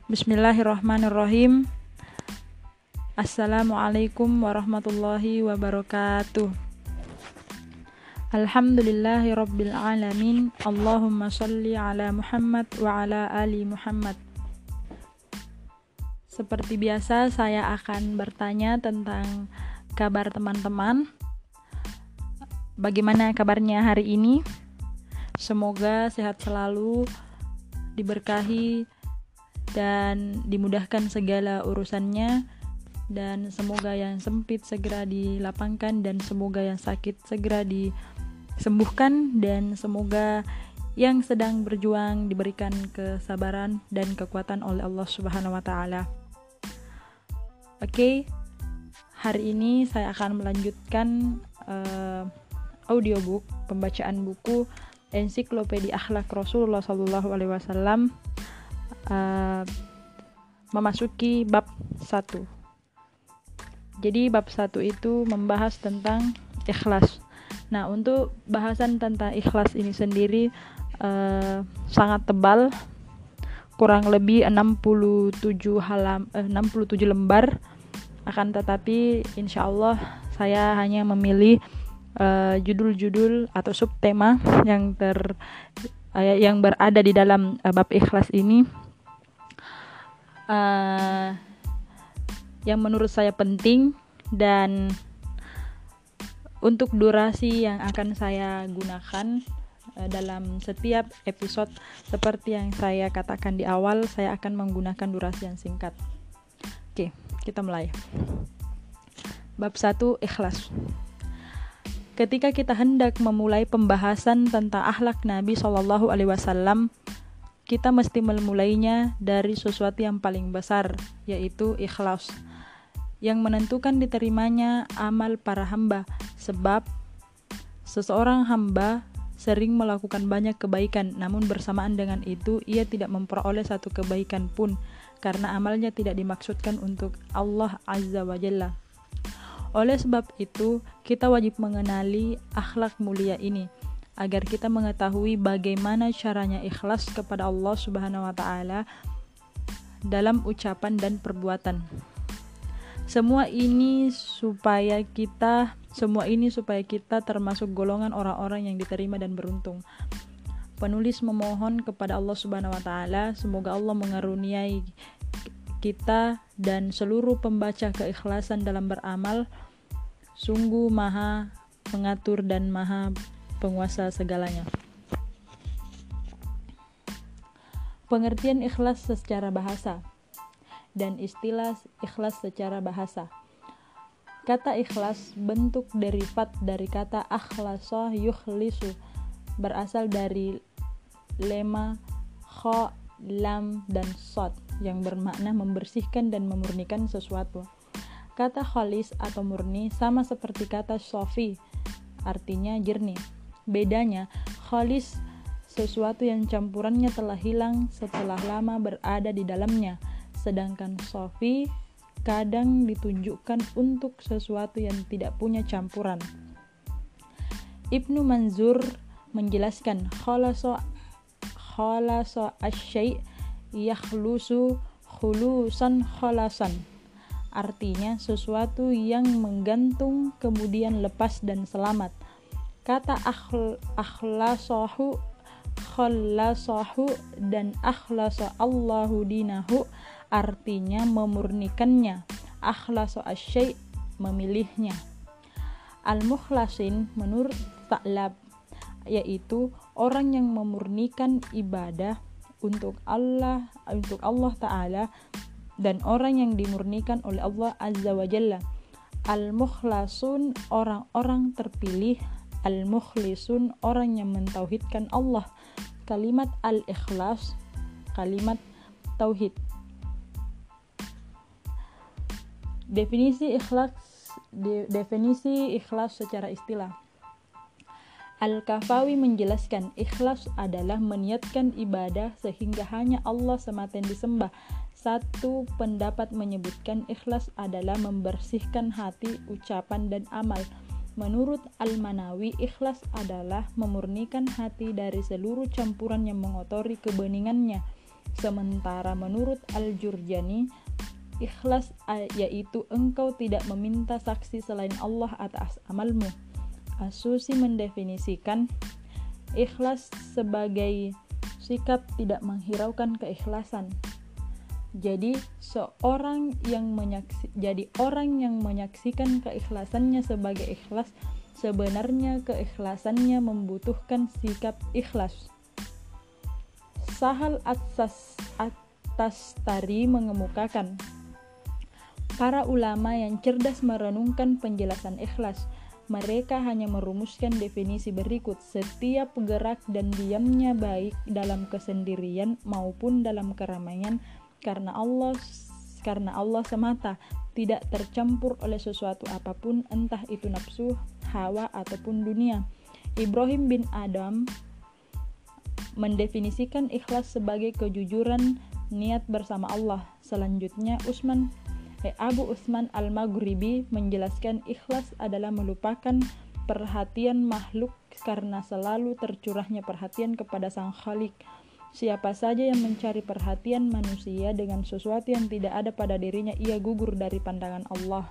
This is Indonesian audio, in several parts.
Bismillahirrahmanirrahim. Assalamualaikum warahmatullahi wabarakatuh. Alhamdulillahi rabbil alamin. Allahumma sholli ala Muhammad wa ala ali Muhammad. Seperti biasa, saya akan bertanya tentang kabar teman-teman. Bagaimana kabarnya hari ini? Semoga sehat selalu, diberkahi dan dimudahkan segala urusannya, dan semoga yang sempit segera dilapangkan, dan semoga yang sakit segera disembuhkan, dan semoga yang sedang berjuang diberikan kesabaran dan kekuatan oleh Allah Subhanahu wa taala. Oke, hari ini saya akan melanjutkan audiobook pembacaan buku Ensiklopedia Akhlak Rasulullah SAW, memasuki bab 1. Jadi bab 1 itu membahas tentang ikhlas. Nah, untuk bahasan tentang ikhlas ini sendiri sangat tebal, kurang lebih 67 lembar. Akan tetapi insyaallah saya hanya memilih judul-judul atau subtema yang berada di dalam bab ikhlas ini, yang menurut saya penting, dan untuk durasi yang akan saya gunakan dalam setiap episode, seperti yang saya katakan di awal, saya akan menggunakan durasi yang singkat. Oke, kita mulai. Bab 1, ikhlas. Ketika kita hendak memulai pembahasan tentang akhlak Nabi SAW, kita mesti memulainya dari sesuatu yang paling besar, yaitu ikhlas, yang menentukan diterimanya amal para hamba. Sebab seseorang hamba sering melakukan banyak kebaikan, namun bersamaan dengan itu ia tidak memperoleh satu kebaikan pun, karena amalnya tidak dimaksudkan untuk Allah Azza wa Jalla. Oleh sebab itu, kita wajib mengenali akhlak mulia ini, agar kita mengetahui bagaimana caranya ikhlas kepada Allah Subhanahu wa taala dalam ucapan dan perbuatan. Semua ini supaya kita termasuk golongan orang-orang yang diterima dan beruntung. Penulis memohon kepada Allah Subhanahu wa taala semoga Allah mengaruniai kita dan seluruh pembaca keikhlasan dalam beramal. Sungguh Maha Mengatur dan Maha Penguasa segalanya. Pengertian ikhlas secara bahasa dan istilah ikhlas secara bahasa. Kata ikhlas bentuk derivat dari kata akhlasa yukhlisu, berasal dari lema kha, lam, dan shad yang bermakna membersihkan dan memurnikan sesuatu. Kata khalis atau murni sama seperti kata sofi, artinya jernih. Bedanya, khalis sesuatu yang campurannya telah hilang setelah lama berada di dalamnya, sedangkan sofi kadang ditunjukkan untuk sesuatu yang tidak punya campuran. Ibnu Manzur menjelaskan khalasa asy-syai' yakhlusu khulusan khalasan, artinya sesuatu yang menggantung kemudian lepas dan selamat. Kata akhlasahu, khallasahu, dan akhlasa Allahu dinahu, artinya memurnikannya. Akhlasa asy-syai' memilihnya. Al-mukhlasin menurut Ta'lab yaitu orang yang memurnikan ibadah untuk Allah Ta'ala, dan orang yang dimurnikan oleh Allah Azza wa Jalla. Al-mukhlasun orang-orang terpilih, al-mukhlisun orang yang mentauhidkan Allah. Kalimat al-ikhlas, kalimat tauhid. Definisi ikhlas secara istilah. Al-Kafawi menjelaskan, ikhlas adalah meniatkan ibadah sehingga hanya Allah semata yang disembah. Satu pendapat menyebutkan ikhlas adalah membersihkan hati, ucapan, dan amal. Menurut Al-Manawi, ikhlas adalah memurnikan hati dari seluruh campuran yang mengotori kebeningannya. Sementara menurut Al-Jurjani, ikhlas yaitu engkau tidak meminta saksi selain Allah atas amalmu. As-Susi mendefinisikan ikhlas sebagai sikap tidak menghiraukan keikhlasan. Jadi orang yang menyaksikan keikhlasannya sebagai ikhlas, sebenarnya keikhlasannya membutuhkan sikap ikhlas. Sahal At-Tastari mengemukakan, para ulama yang cerdas merenungkan penjelasan ikhlas. Mereka hanya merumuskan definisi berikut: setiap gerak dan diamnya baik dalam kesendirian maupun dalam keramaian karena Allah semata, tidak tercampur oleh sesuatu apapun, entah itu nafsu, hawa ataupun dunia. Ibrahim bin Adam mendefinisikan ikhlas sebagai kejujuran niat bersama Allah. Selanjutnya Abu Utsman Al-Maghribi menjelaskan ikhlas adalah melupakan perhatian makhluk karena selalu tercurahnya perhatian kepada Sang Khalik. Siapa saja yang mencari perhatian manusia dengan sesuatu yang tidak ada pada dirinya, ia gugur dari pandangan Allah.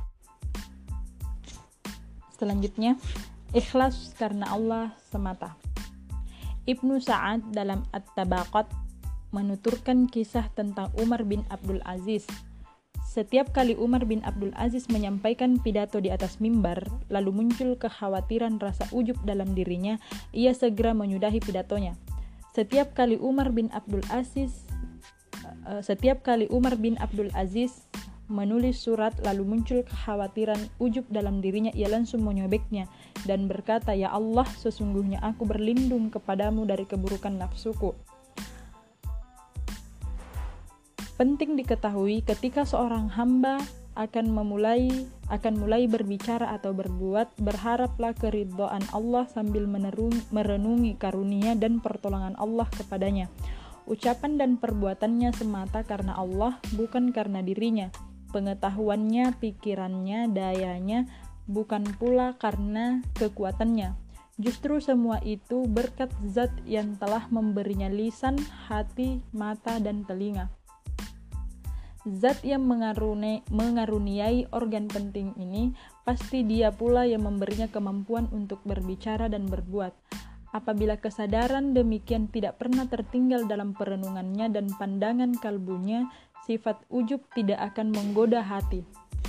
Selanjutnya, ikhlas karena Allah semata. Ibnu Sa'ad dalam At-Tabaqat menuturkan kisah tentang Umar bin Abdul Aziz. Setiap kali Umar bin Abdul Aziz menyampaikan pidato di atas mimbar, lalu muncul kekhawatiran rasa ujub dalam dirinya, ia segera menyudahi pidatonya. Setiap kali Umar bin Abdul Aziz menulis surat lalu muncul kekhawatiran ujub dalam dirinya, ia langsung menyobeknya dan berkata, "Ya Allah, sesungguhnya aku berlindung kepadamu dari keburukan nafsuku." Penting diketahui, ketika seorang hamba akan mulai berbicara atau berbuat, berharaplah keridhaan Allah sambil merenungi karunia dan pertolongan Allah kepadanya. Ucapan dan perbuatannya semata karena Allah, bukan karena dirinya. Pengetahuannya, pikirannya, dayanya, bukan pula karena kekuatannya. Justru semua itu berkat Zat yang telah memberinya lisan, hati, mata, dan telinga. Zat yang mengaruniai organ penting ini, pasti Dia pula yang memberinya kemampuan untuk berbicara dan berbuat. Apabila kesadaran demikian tidak pernah tertinggal dalam perenungannya dan pandangan kalbunya, sifat ujub tidak akan menggoda hati.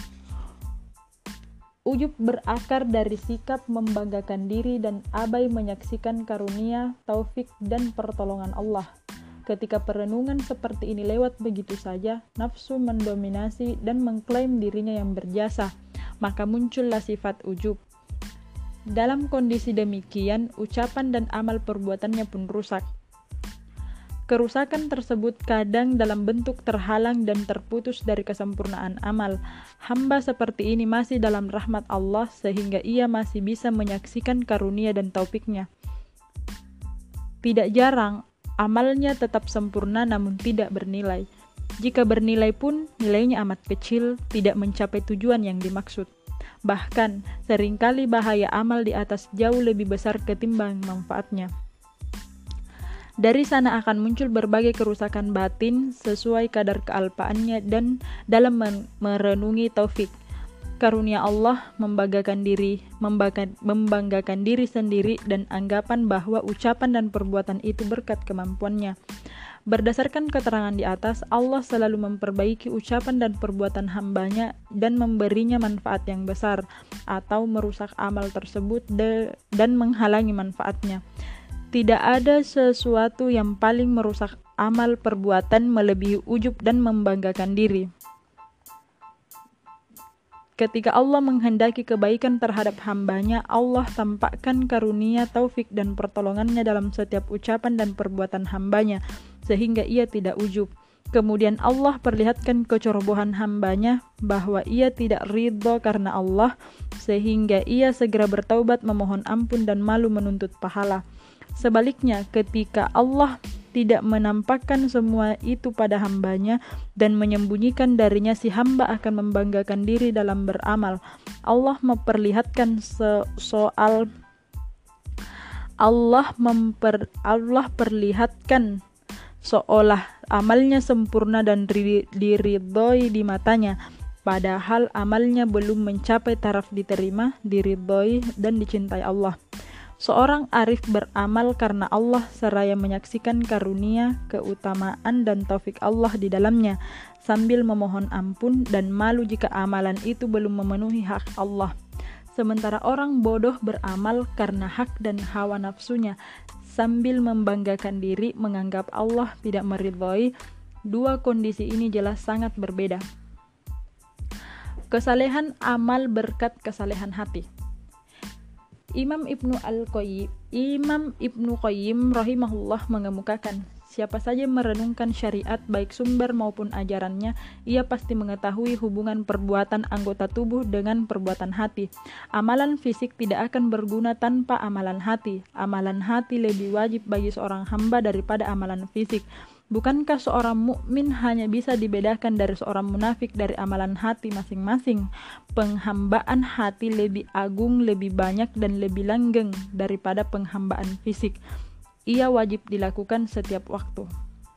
Ujub berakar dari sikap membanggakan diri dan abai menyaksikan karunia, taufik, dan pertolongan Allah. Ketika perenungan seperti ini lewat begitu saja, nafsu mendominasi dan mengklaim dirinya yang berjasa, maka muncullah sifat ujub. Dalam kondisi demikian, ucapan dan amal perbuatannya pun rusak. Kerusakan tersebut kadang dalam bentuk terhalang dan terputus dari kesempurnaan amal. Hamba seperti ini masih dalam rahmat Allah sehingga ia masih bisa menyaksikan karunia dan taufiknya. Tidak jarang, amalnya tetap sempurna namun tidak bernilai. Jika bernilai pun, nilainya amat kecil, tidak mencapai tujuan yang dimaksud. Bahkan, seringkali bahaya amal di atas jauh lebih besar ketimbang manfaatnya. Dari sana akan muncul berbagai kerusakan batin sesuai kadar kealpaannya dan dalam merenungi taufik. Karunia Allah membanggakan diri sendiri dan anggapan bahwa ucapan dan perbuatan itu berkat kemampuannya. Berdasarkan keterangan di atas, Allah selalu memperbaiki ucapan dan perbuatan hambanya dan memberinya manfaat yang besar, atau merusak amal tersebut dan menghalangi manfaatnya. Tidak ada sesuatu yang paling merusak amal perbuatan melebihi ujub dan membanggakan diri. Ketika Allah menghendaki kebaikan terhadap hambanya, Allah tampakkan karunia, taufik, dan pertolongannya dalam setiap ucapan dan perbuatan hambanya, sehingga ia tidak ujub. Kemudian Allah perlihatkan kecerobohan hambanya bahwa ia tidak ridho karena Allah, sehingga ia segera bertaubat, memohon ampun, dan malu menuntut pahala. Sebaliknya, ketika Allah tidak menampakkan semua itu pada hambanya dan menyembunyikan darinya, si hamba akan membanggakan diri dalam beramal. Allah perlihatkan seolah amalnya sempurna dan diridhoi di matanya, padahal amalnya belum mencapai taraf diterima, diridhoi, dan dicintai Allah. Seorang arif beramal karena Allah seraya menyaksikan karunia, keutamaan, dan taufik Allah di dalamnya, sambil memohon ampun dan malu jika amalan itu belum memenuhi hak Allah. Sementara orang bodoh beramal karena hak dan hawa nafsunya, sambil membanggakan diri menganggap Allah tidak meridhoi. Dua kondisi ini jelas sangat berbeda. Kesalehan amal berkat kesalehan hati. Imam Ibnu Qayyim rahimahullah mengemukakan, siapa saja merenungkan syariat baik sumber maupun ajarannya, ia pasti mengetahui hubungan perbuatan anggota tubuh dengan perbuatan hati. Amalan fisik tidak akan berguna tanpa amalan hati. Amalan hati lebih wajib bagi seorang hamba daripada amalan fisik. Bukankah seorang mukmin hanya bisa dibedakan dari seorang munafik dari amalan hati masing-masing? Penghambaan hati lebih agung, lebih banyak, dan lebih langgeng daripada penghambaan fisik. Ia wajib dilakukan setiap waktu.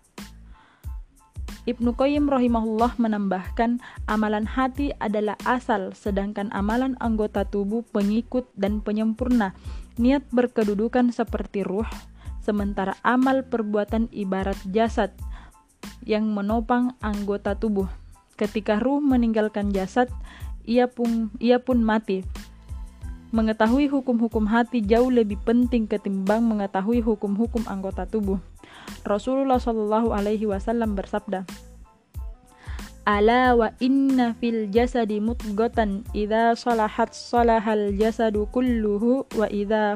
Ibnu Qayyim rahimahullah menambahkan, amalan hati adalah asal, sedangkan amalan anggota tubuh pengikut dan penyempurna. Niat berkedudukan seperti ruh, sementara amal perbuatan ibarat jasad yang menopang anggota tubuh. Ketika ruh meninggalkan jasad, ia pun mati. Mengetahui hukum-hukum hati jauh lebih penting ketimbang mengetahui hukum-hukum anggota tubuh. Rasulullah Shallallahu Alaihi Wasallam bersabda, "Ala wa inna fil jasadi mudghatan, idza salahat salahal jasadu kulluhu, wa idza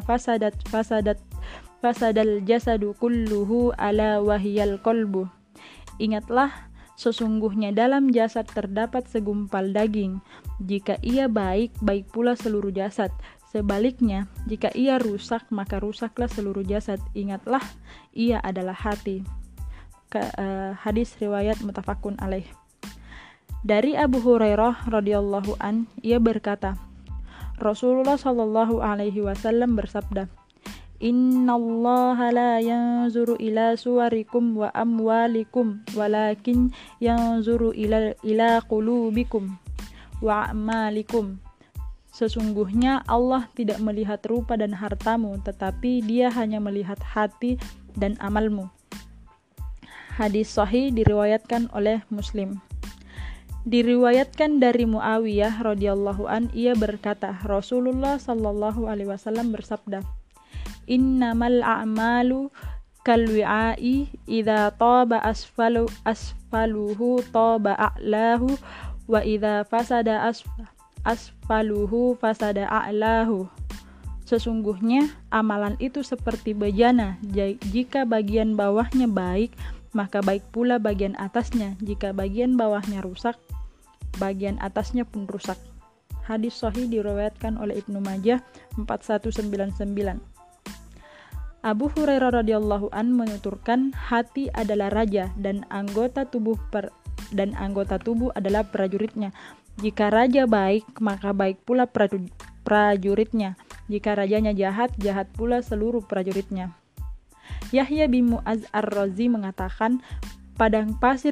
fasadal jasadu kulluhu, ala wahiyal qalbu." Ingatlah, sesungguhnya dalam jasad terdapat segumpal daging. Jika ia baik, baik pula seluruh jasad. Sebaliknya, jika ia rusak, maka rusaklah seluruh jasad. Ingatlah, ia adalah hati. Hadis riwayat muttafaqun alaih. Dari Abu Hurairah radhiyallahu an, ia berkata, Rasulullah Shallallahu Alaihi Wasallam bersabda, "Innallaha la yanzuru ila suwarikum wa amwalikum, walakin yanzuru ila qulubikum wa a'malikum." Sesungguhnya Allah tidak melihat rupa dan hartamu, tetapi Dia hanya melihat hati dan amalmu. Hadis sahih diriwayatkan oleh Muslim. Diriwayatkan dari Muawiyah radhiyallahu an, ia berkata, Rasulullah sallallahu alaihi wasallam bersabda, "Innamal a'malu kalwi'ai, idza taba asfaluhu taba a'lahu, wa idza fasada asfaluhu fasada a'lahu." Sesungguhnya amalan itu seperti bejana, jika bagian bawahnya baik, maka baik pula bagian atasnya. Jika bagian bawahnya rusak, bagian atasnya pun rusak. Hadis sahih diriwayatkan oleh Ibnu Majah 4199. Abu Hurairah radhiyallahu an menuturkan, hati adalah raja dan anggota tubuh adalah prajuritnya. Jika raja baik, maka baik pula prajuritnya. Jika rajanya jahat, jahat pula seluruh prajuritnya. Yahya bin Mu'adz ar-Razi mengatakan, padang pasir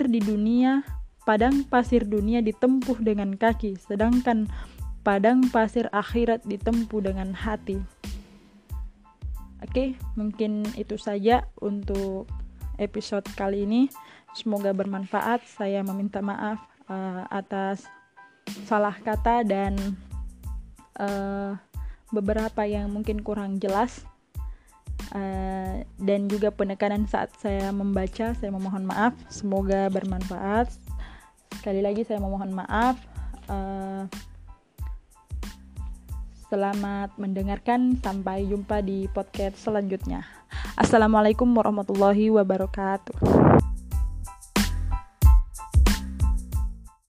dunia ditempuh dengan kaki, sedangkan padang pasir akhirat ditempuh dengan hati. Oke, mungkin itu saja untuk episode kali ini. Semoga bermanfaat. Saya meminta maaf atas salah kata dan beberapa yang mungkin kurang jelas, dan juga penekanan saat saya membaca. Saya memohon maaf. Semoga bermanfaat. Sekali lagi saya memohon maaf. Selamat mendengarkan. Sampai jumpa di podcast selanjutnya. Assalamualaikum warahmatullahi wabarakatuh.